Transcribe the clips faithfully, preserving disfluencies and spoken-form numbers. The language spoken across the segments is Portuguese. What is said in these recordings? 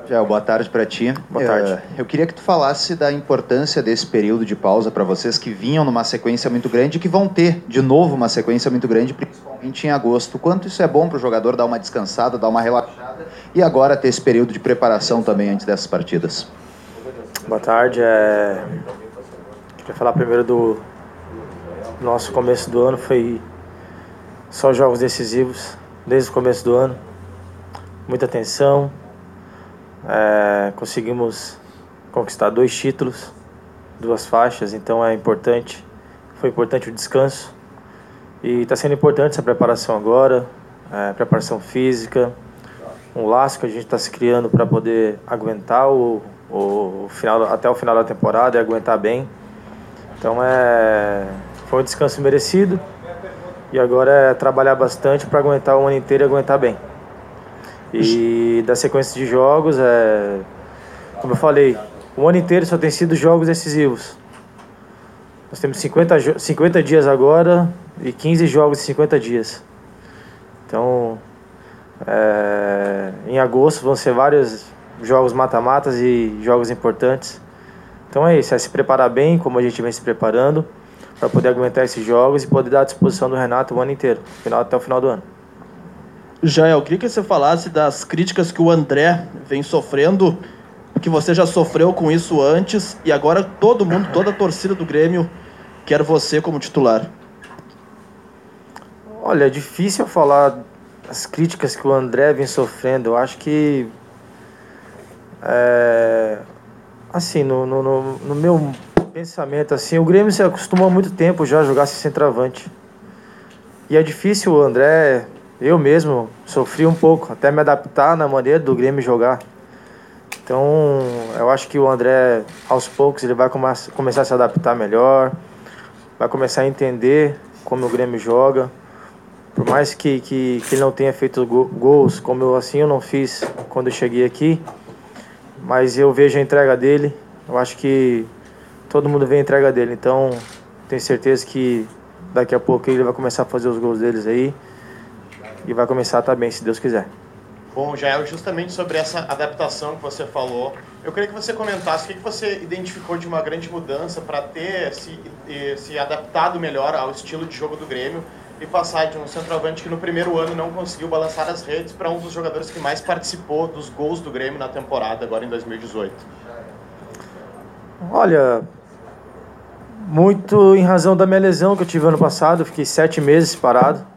Já, boa tarde para ti. Boa tarde. Uh, eu queria que tu falasse da importância desse período de pausa para vocês que vinham numa sequência muito grande e que vão ter de novo uma sequência muito grande, principalmente em agosto. Quanto isso é bom para o jogador dar uma descansada, dar uma relaxada e agora ter esse período de preparação também antes dessas partidas. Boa tarde. É... Queria falar primeiro do nosso começo do ano. Foi só jogos decisivos desde o começo do ano. Muita atenção. É, conseguimos conquistar dois títulos, duas faixas, então é importante. Foi importante o descanso e está sendo importante essa preparação agora, é, preparação física, um laço que a gente está se criando para poder aguentar o, o final, até o final da temporada e aguentar bem. Então é, foi um descanso merecido e agora é trabalhar bastante para aguentar o ano inteiro e aguentar bem. E da sequência de jogos, é, como eu falei, o ano inteiro só tem sido jogos decisivos. Nós temos cinquenta, cinquenta dias agora e quinze jogos em cinquenta dias. Então, é, em agosto vão ser vários jogos mata-matas e jogos importantes. Então é isso, é se preparar bem, como a gente vem se preparando, para poder aguentar esses jogos e poder dar à disposição do Renato o ano inteiro, final, até o final do ano. Jael, eu queria que você falasse das críticas que o André vem sofrendo, que você já sofreu com isso antes e agora todo mundo, toda a torcida do Grêmio quer você como titular. Olha, é difícil falar as críticas que o André vem sofrendo. Eu acho que, é, assim, no, no, no, no meu pensamento, assim, o Grêmio se acostumou há muito tempo já a jogar sem centroavante. E é difícil o André... Eu mesmo sofri um pouco, até me adaptar na maneira do Grêmio jogar. Então, eu acho que o André, aos poucos, ele vai come- começar a se adaptar melhor, vai começar a entender como o Grêmio joga. Por mais que, que, que ele não tenha feito go- gols, como eu, assim eu não fiz quando eu cheguei aqui, mas eu vejo a entrega dele, eu acho que todo mundo vê a entrega dele. Então, tenho certeza que daqui a pouco ele vai começar a fazer os gols deles aí. E vai começar a estar bem, se Deus quiser. Bom, Jael, justamente sobre essa adaptação que você falou, eu queria que você comentasse o que você identificou de uma grande mudança para ter se, se adaptado melhor ao estilo de jogo do Grêmio e passar de um centroavante que no primeiro ano não conseguiu balançar as redes para um dos jogadores que mais participou dos gols do Grêmio na temporada, agora em dois mil e dezoito. Olha, muito em razão da minha lesão que eu tive ano passado, eu fiquei sete meses parado.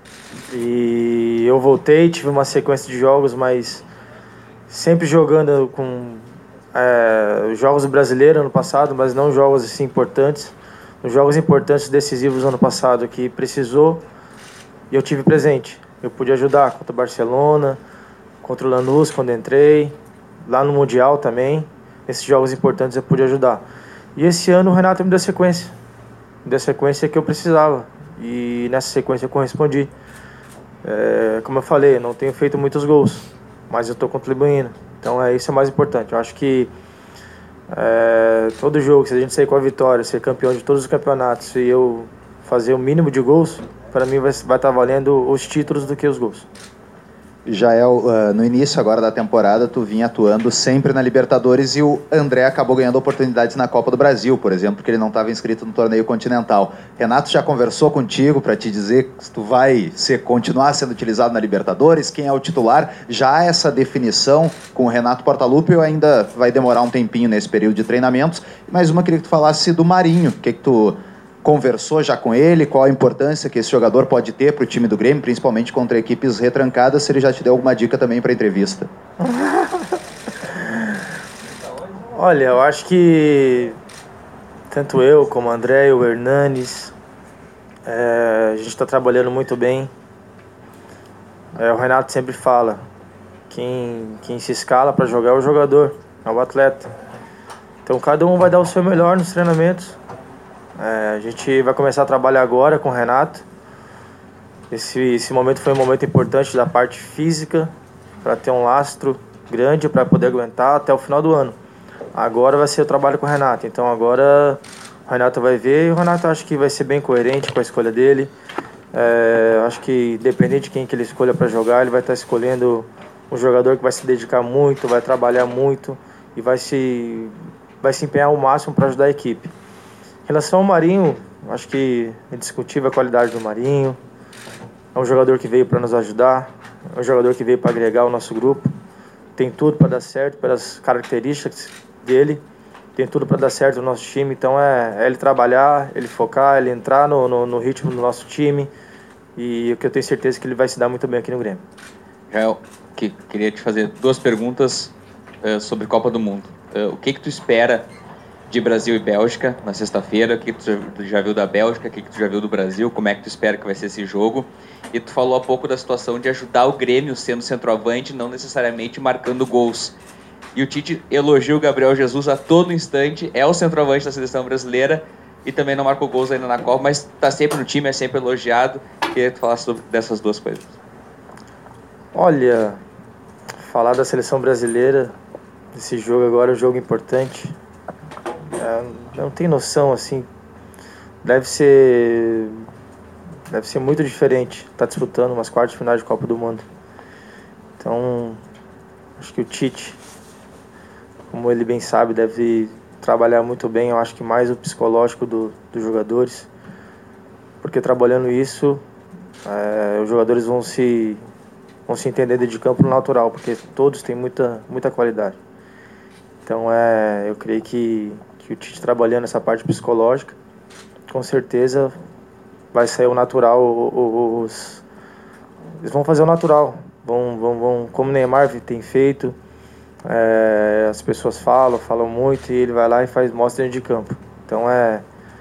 E eu voltei, tive uma sequência de jogos, mas sempre jogando com é, jogos brasileiros ano passado, mas não jogos assim importantes. Os jogos importantes decisivos ano passado que precisou e eu tive presente. Eu pude ajudar contra o Barcelona, contra o Lanús quando entrei, lá no Mundial também. Nesses jogos importantes eu pude ajudar. E esse ano o Renato me deu sequência. Me deu sequência que eu precisava. E nessa sequência eu correspondi. É, como eu falei, não tenho feito muitos gols, mas eu estou contribuindo. Então é isso é mais importante. Eu acho que é, todo jogo, se a gente sair com a vitória, ser campeão de todos os campeonatos e eu fazer o mínimo de gols, para mim vai, vai estar valendo os títulos do que os gols. Jael, uh, no início agora da temporada, tu vinha atuando sempre na Libertadores e o André acabou ganhando oportunidades na Copa do Brasil, por exemplo, porque ele não estava inscrito no torneio continental. Renato já conversou contigo para te dizer se tu vai ser, continuar sendo utilizado na Libertadores, quem é o titular? Já há essa definição com o Renato Portaluppi ou ainda vai demorar um tempinho nesse período de treinamentos? Mais uma, queria que tu falasse do Marinho, o que que tu conversou já com ele, qual a importância que esse jogador pode ter para o time do Grêmio, principalmente contra equipes retrancadas, se ele já te deu alguma dica também para a entrevista. Olha, eu acho que tanto eu como o André e o Hernanes, é, a gente está trabalhando muito bem. É, o Renato sempre fala, quem, quem se escala para jogar é o jogador, é o atleta. Então cada um vai dar o seu melhor nos treinamentos. É, a gente vai começar a trabalhar agora com o Renato. Esse, esse momento foi um momento importante da parte física, para ter um lastro grande para poder aguentar até o final do ano. Agora vai ser o trabalho com o Renato. Então agora o Renato vai ver e o Renato acho que vai ser bem coerente com a escolha dele. É, acho que independente de quem que ele escolha para jogar, ele vai estar escolhendo um jogador que vai se dedicar muito, vai trabalhar muito e vai se, vai se empenhar ao máximo para ajudar a equipe. Em relação ao Marinho, acho que é indiscutível a qualidade do Marinho. É um jogador que veio para nos ajudar, é um jogador que veio para agregar o nosso grupo. Tem tudo para dar certo, pelas características dele, tem tudo para dar certo no nosso time. Então é, é ele trabalhar, ele focar, ele entrar no, no, no ritmo do nosso time, e o que eu tenho certeza que ele vai se dar muito bem aqui no Grêmio. Jael, que, queria te fazer duas perguntas uh, sobre Copa do Mundo. Uh, o que que tu espera de Brasil e Bélgica na sexta-feira? O que, que tu, já, tu já viu da Bélgica? O que, que tu já viu do Brasil? Como é que tu espera que vai ser esse jogo? E tu falou há pouco da situação de ajudar o Grêmio sendo centroavante, não necessariamente marcando gols. E o Tite elogia o Gabriel Jesus a todo instante, é o centroavante da seleção brasileira e também não marcou gols ainda na Copa, mas está sempre no time, é sempre elogiado. Queria que tu falasse sobre dessas duas coisas. Olha, falar da seleção brasileira, desse jogo agora, é um jogo importante. É, não tenho noção, assim, deve ser, deve ser muito diferente estar disputando umas quartas de final de Copa do Mundo. Então, acho que o Tite, como ele bem sabe, deve trabalhar muito bem, eu acho que mais o psicológico do, dos jogadores, porque trabalhando isso, é, os jogadores vão se, vão se entender dentro de campo no natural, porque todos têm muita, muita qualidade. Então, é, eu creio que, que o Tite trabalhando essa parte psicológica, com certeza vai sair o natural, os, eles vão fazer o natural, vão, vão, vão, como o Neymar tem feito. É, as pessoas falam, falam muito, e ele vai lá e faz, mostra dentro de campo. Então é,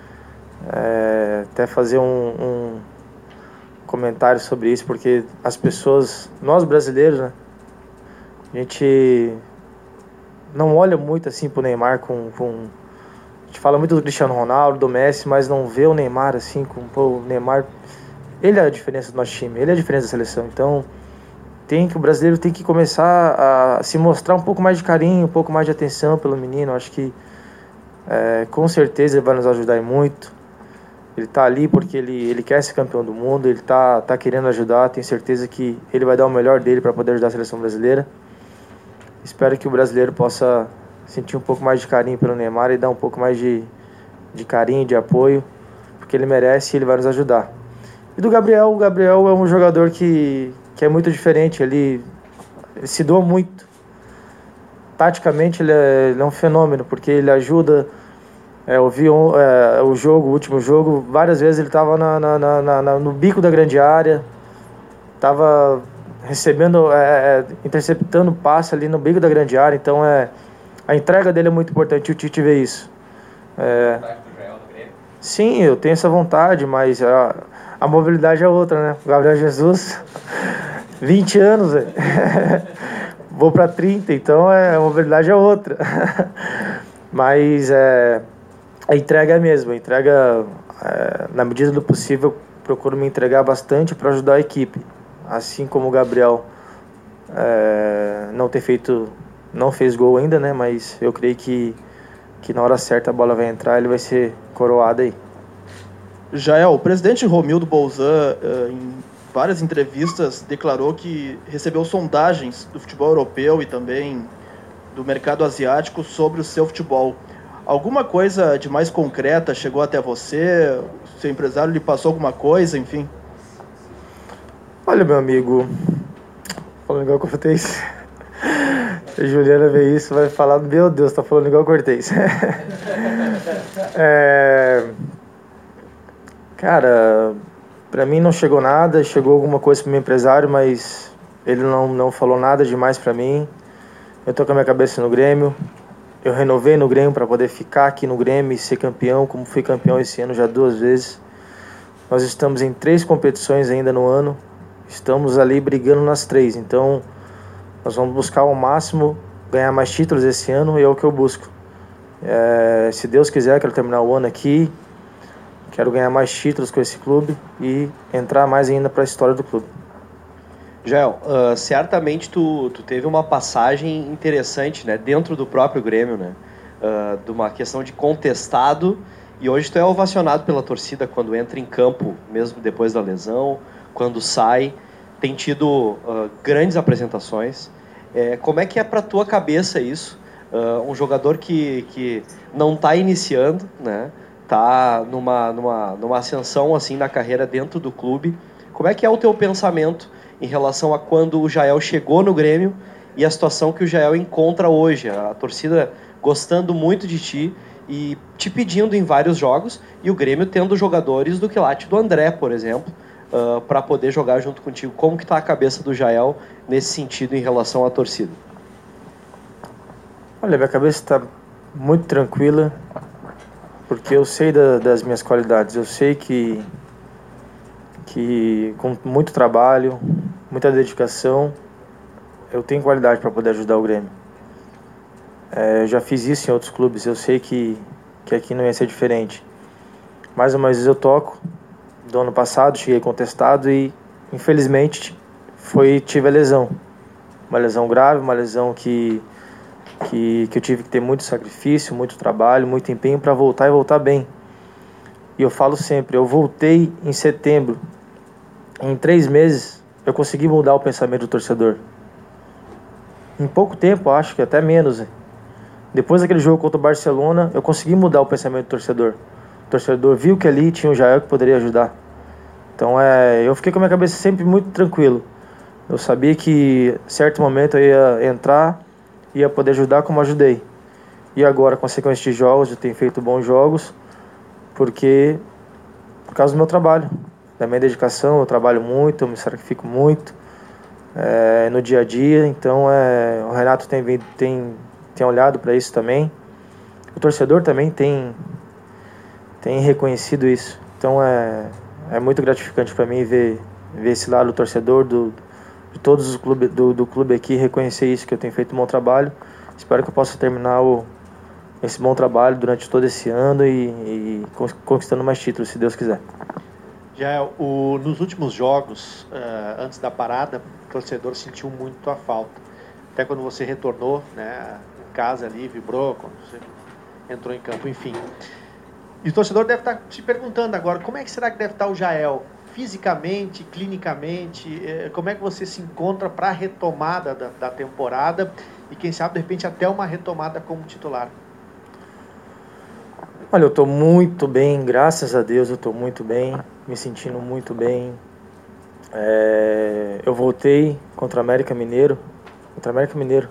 é até fazer um, um comentário sobre isso, porque as pessoas, nós brasileiros, né, a gente não olha muito assim pro Neymar com, com a gente fala muito do Cristiano Ronaldo, do Messi, mas não vê o Neymar assim com, pô, o Neymar, ele é a diferença do nosso time, ele é a diferença da seleção. Então tem que, o brasileiro tem que começar a se mostrar um pouco mais de carinho, um pouco mais de atenção pelo menino. Acho que é, com certeza ele vai nos ajudar muito. Ele está ali porque ele, ele quer ser campeão do mundo, ele está tá querendo ajudar. Tenho certeza que ele vai dar o melhor dele para poder ajudar a seleção brasileira. Espero que o brasileiro possa sentir um pouco mais de carinho pelo Neymar e dar um pouco mais de, de carinho, de apoio, porque ele merece e ele vai nos ajudar. E do Gabriel, o Gabriel é um jogador que que é muito diferente, ele, ele se doa muito. Taticamente ele é, ele é um fenômeno, porque ele ajuda. É, eu vi um, é, o jogo, o último jogo, várias vezes ele estava na, na, na, na, no bico da grande área, estava recebendo, é, interceptando passe ali no bico da grande área, então é, a entrega dele é muito importante, o Tite vê isso. É, sim, eu tenho essa vontade, mas a, a mobilidade é outra, né? O Gabriel Jesus, vinte anos, velho. Vou para trinta, então é, a mobilidade é outra. Mas é, a entrega é a mesma. A entrega, é, na medida do possível, procuro me entregar bastante para ajudar a equipe. Assim como o Gabriel é, não ter feito, não fez gol ainda, né? Mas eu creio que, que na hora certa a bola vai entrar, ele vai ser coroado aí. Jael, o presidente Romildo Bolzan, em várias entrevistas, declarou que recebeu sondagens do futebol europeu e também do mercado asiático sobre o seu futebol. Alguma coisa de mais concreta chegou até você? O seu empresário lhe passou alguma coisa, enfim? Olha, meu amigo, falando igual Cortez. Se a Juliana ver isso, vai falar, meu Deus, tá falando igual Cortez. é... Cara, pra mim não chegou nada, chegou alguma coisa pro meu empresário, mas ele não, não falou nada demais pra mim. Eu tô com a minha cabeça no Grêmio, eu renovei no Grêmio para poder ficar aqui no Grêmio e ser campeão, como fui campeão esse ano já duas vezes. Nós estamos em três competições ainda no ano, estamos ali brigando nas três, então nós vamos buscar ao máximo ganhar mais títulos esse ano e é o que eu busco. É, se Deus quiser, quero terminar o ano aqui. Quero ganhar mais títulos com esse clube e entrar mais ainda para a história do clube. Jael, uh, certamente tu, tu teve uma passagem interessante, né, dentro do próprio Grêmio, né, uh, de uma questão de contestado, e hoje tu é ovacionado pela torcida quando entra em campo, mesmo depois da lesão, quando sai, tem tido uh, grandes apresentações. É, como é que é para tua cabeça isso? Uh, um jogador que, que não está iniciando, né? Tá numa, numa, numa ascensão assim na carreira dentro do clube. Como é que é o teu pensamento em relação a quando o Jael chegou no Grêmio e a situação que o Jael encontra hoje? A torcida gostando muito de ti e te pedindo em vários jogos, e o Grêmio tendo jogadores do quilate do André, por exemplo, uh, para poder jogar junto contigo. Como que está a cabeça do Jael nesse sentido em relação à torcida? Olha, minha cabeça está muito tranquila, porque eu sei da, das minhas qualidades. Eu sei que, que com muito trabalho, muita dedicação, eu tenho qualidade para poder ajudar o Grêmio. É, eu já fiz isso em outros clubes, eu sei que, que aqui não ia ser diferente. Mais uma vez eu toco. Do ano passado cheguei contestado e, infelizmente, foi, tive a lesão. Uma lesão grave, uma lesão que, que, que eu tive que ter muito sacrifício, muito trabalho, muito empenho para voltar e voltar bem. E eu falo sempre, eu voltei em setembro. Em três meses eu consegui mudar o pensamento do torcedor. Em pouco tempo, acho que até menos. Depois daquele jogo contra o Barcelona, eu consegui mudar o pensamento do torcedor. O torcedor viu que ali tinha um Jael que poderia ajudar. Então é, eu fiquei com a minha cabeça sempre muito tranquilo. Eu sabia que em certo momento eu ia entrar e ia poder ajudar como ajudei. E agora, com a sequência de jogos, eu tenho feito bons jogos, porque por causa do meu trabalho, da minha dedicação, eu trabalho muito, eu me sacrifico muito é, no dia a dia. Então é, o Renato tem vindo, tem tem olhado para isso também. O torcedor também tem, tem reconhecido isso. Então é, é muito gratificante para mim ver, ver esse lado do torcedor, do, de todos os clubes do, do clube aqui, reconhecer isso, que eu tenho feito um bom trabalho. Espero que eu possa terminar o, esse bom trabalho durante todo esse ano e, e conquistando mais títulos, se Deus quiser. Já o, nos últimos jogos, uh, antes da parada, o torcedor sentiu muito a falta. Até quando você retornou, né, em casa ali, vibrou, quando você entrou em campo, enfim. E o torcedor deve estar se perguntando agora, como é que será que deve estar o Jael? Fisicamente, clinicamente, eh, como é que você se encontra para a retomada da, da temporada e quem sabe, de repente, até uma retomada como titular? Olha, eu estou muito bem, graças a Deus eu estou muito bem, me sentindo muito bem. É, eu voltei contra o América Mineiro, contra o América Mineiro,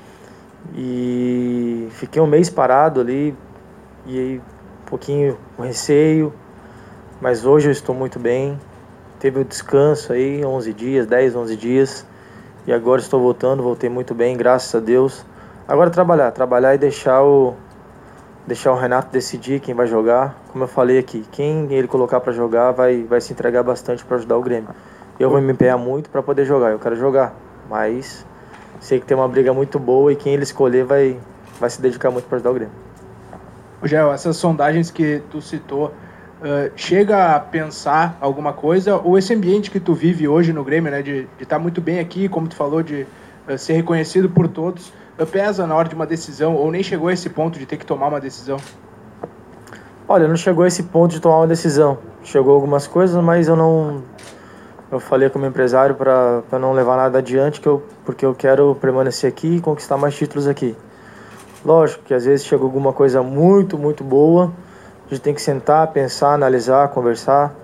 e fiquei um mês parado ali, e aí um pouquinho com receio, mas hoje eu estou muito bem. Teve o descanso aí, onze dias, dez, onze dias, e agora estou voltando, voltei muito bem, graças a Deus. Agora trabalhar, trabalhar e deixar o, deixar o Renato decidir quem vai jogar. Como eu falei aqui, quem ele colocar para jogar vai, vai se entregar bastante para ajudar o Grêmio. Eu vou me empenhar muito para poder jogar, eu quero jogar, mas sei que tem uma briga muito boa e quem ele escolher vai, vai se dedicar muito para ajudar o Grêmio. Gel, essas sondagens que tu citou, uh, chega a pensar alguma coisa, ou esse ambiente que tu vive hoje no Grêmio, né, de estar muito bem aqui, como tu falou, de uh, ser reconhecido por todos, uh, pesa na hora de uma decisão, ou nem chegou a esse ponto de ter que tomar uma decisão? Olha, não chegou a esse ponto de tomar uma decisão. Chegou algumas coisas, mas eu não... Eu falei com o meu empresário para não levar nada adiante, que eu, porque eu quero permanecer aqui e conquistar mais títulos aqui. Lógico que às vezes chega alguma coisa muito, muito boa, a gente tem que sentar, pensar, analisar, conversar,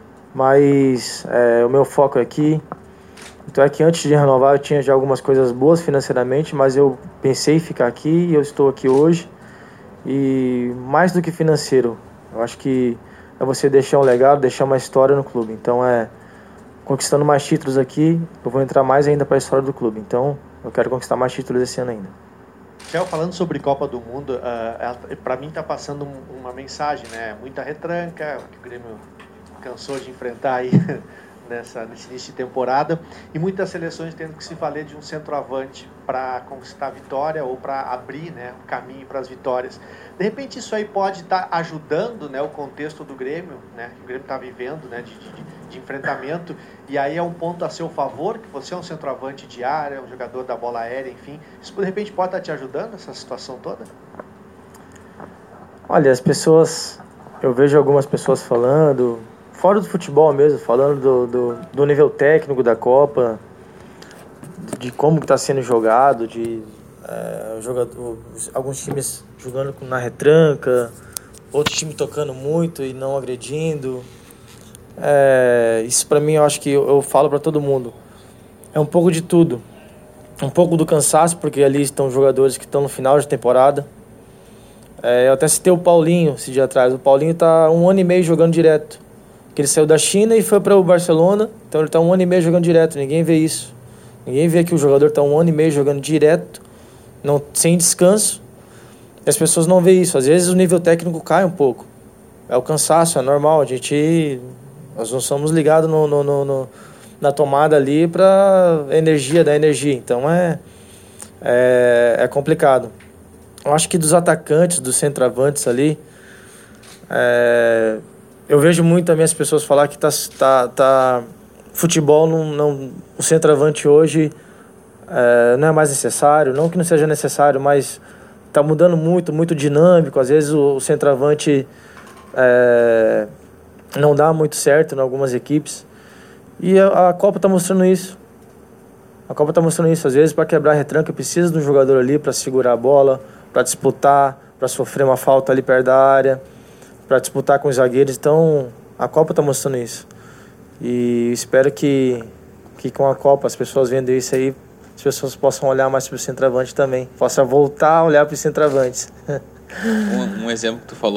mas é, o meu foco é aqui. Então é que antes de renovar eu tinha já algumas coisas boas financeiramente, mas eu pensei em ficar aqui e eu estou aqui hoje. E mais do que financeiro, eu acho que é você deixar um legado, deixar uma história no clube. Então é conquistando mais títulos aqui, eu vou entrar mais ainda para a história do clube. Então eu quero conquistar mais títulos esse ano ainda. Gel, falando sobre Copa do Mundo, uh, para mim está passando um, uma mensagem, né? Muita retranca, que o Grêmio cansou de enfrentar aí nessa, nesse início de temporada, e muitas seleções tendo que se valer de um centroavante para conquistar a vitória ou para abrir, né, o caminho para as vitórias. De repente isso aí pode estar tá ajudando, né, o contexto do Grêmio, né, que o Grêmio está vivendo, né, de, de, de enfrentamento, e aí é um ponto a seu favor, que você é um centroavante de área, um jogador da bola aérea, enfim. Isso de repente pode estar tá te ajudando, essa situação toda? Olha, as pessoas, eu vejo algumas pessoas falando, fora do futebol mesmo, falando do, do, do nível técnico da Copa, de como está sendo jogado, de é, jogador, alguns times jogando na retranca, outros times tocando muito e não agredindo. É, isso para mim eu acho que eu, eu falo para todo mundo. É um pouco de tudo. Um pouco do cansaço, porque ali estão jogadores que estão no final de temporada. É, eu até citei o Paulinho esse dia atrás. O Paulinho está um ano e meio jogando direto. Que ele saiu da China e foi para o Barcelona, então ele está um ano e meio jogando direto. Ninguém vê isso. Ninguém vê que o jogador está um ano e meio jogando direto, não, sem descanso. E as pessoas não veem isso. Às vezes o nível técnico cai um pouco. É o cansaço, é normal. A gente, nós não somos ligados no, no, no, no, na tomada ali para energia, da energia. Então é, é, é complicado. Eu acho que dos atacantes, dos centroavantes ali, é, eu vejo muito também as pessoas falar que tá, tá, tá, futebol, não, não, o centroavante hoje é, não é mais necessário. Não que não seja necessário, mas está mudando muito, muito dinâmico. Às vezes o, o centroavante é, não dá muito certo em algumas equipes. E a, a Copa está mostrando isso. A Copa está mostrando isso. Às vezes, para quebrar a retranca, precisa de um jogador ali para segurar a bola, para disputar, para sofrer uma falta ali perto da área, para disputar com os zagueiros. Então, a Copa está mostrando isso. E espero que, que com a Copa, as pessoas vendo isso aí, as pessoas possam olhar mais para o centroavante também. Possa voltar a olhar para os centroavantes. Um, um exemplo que tu falou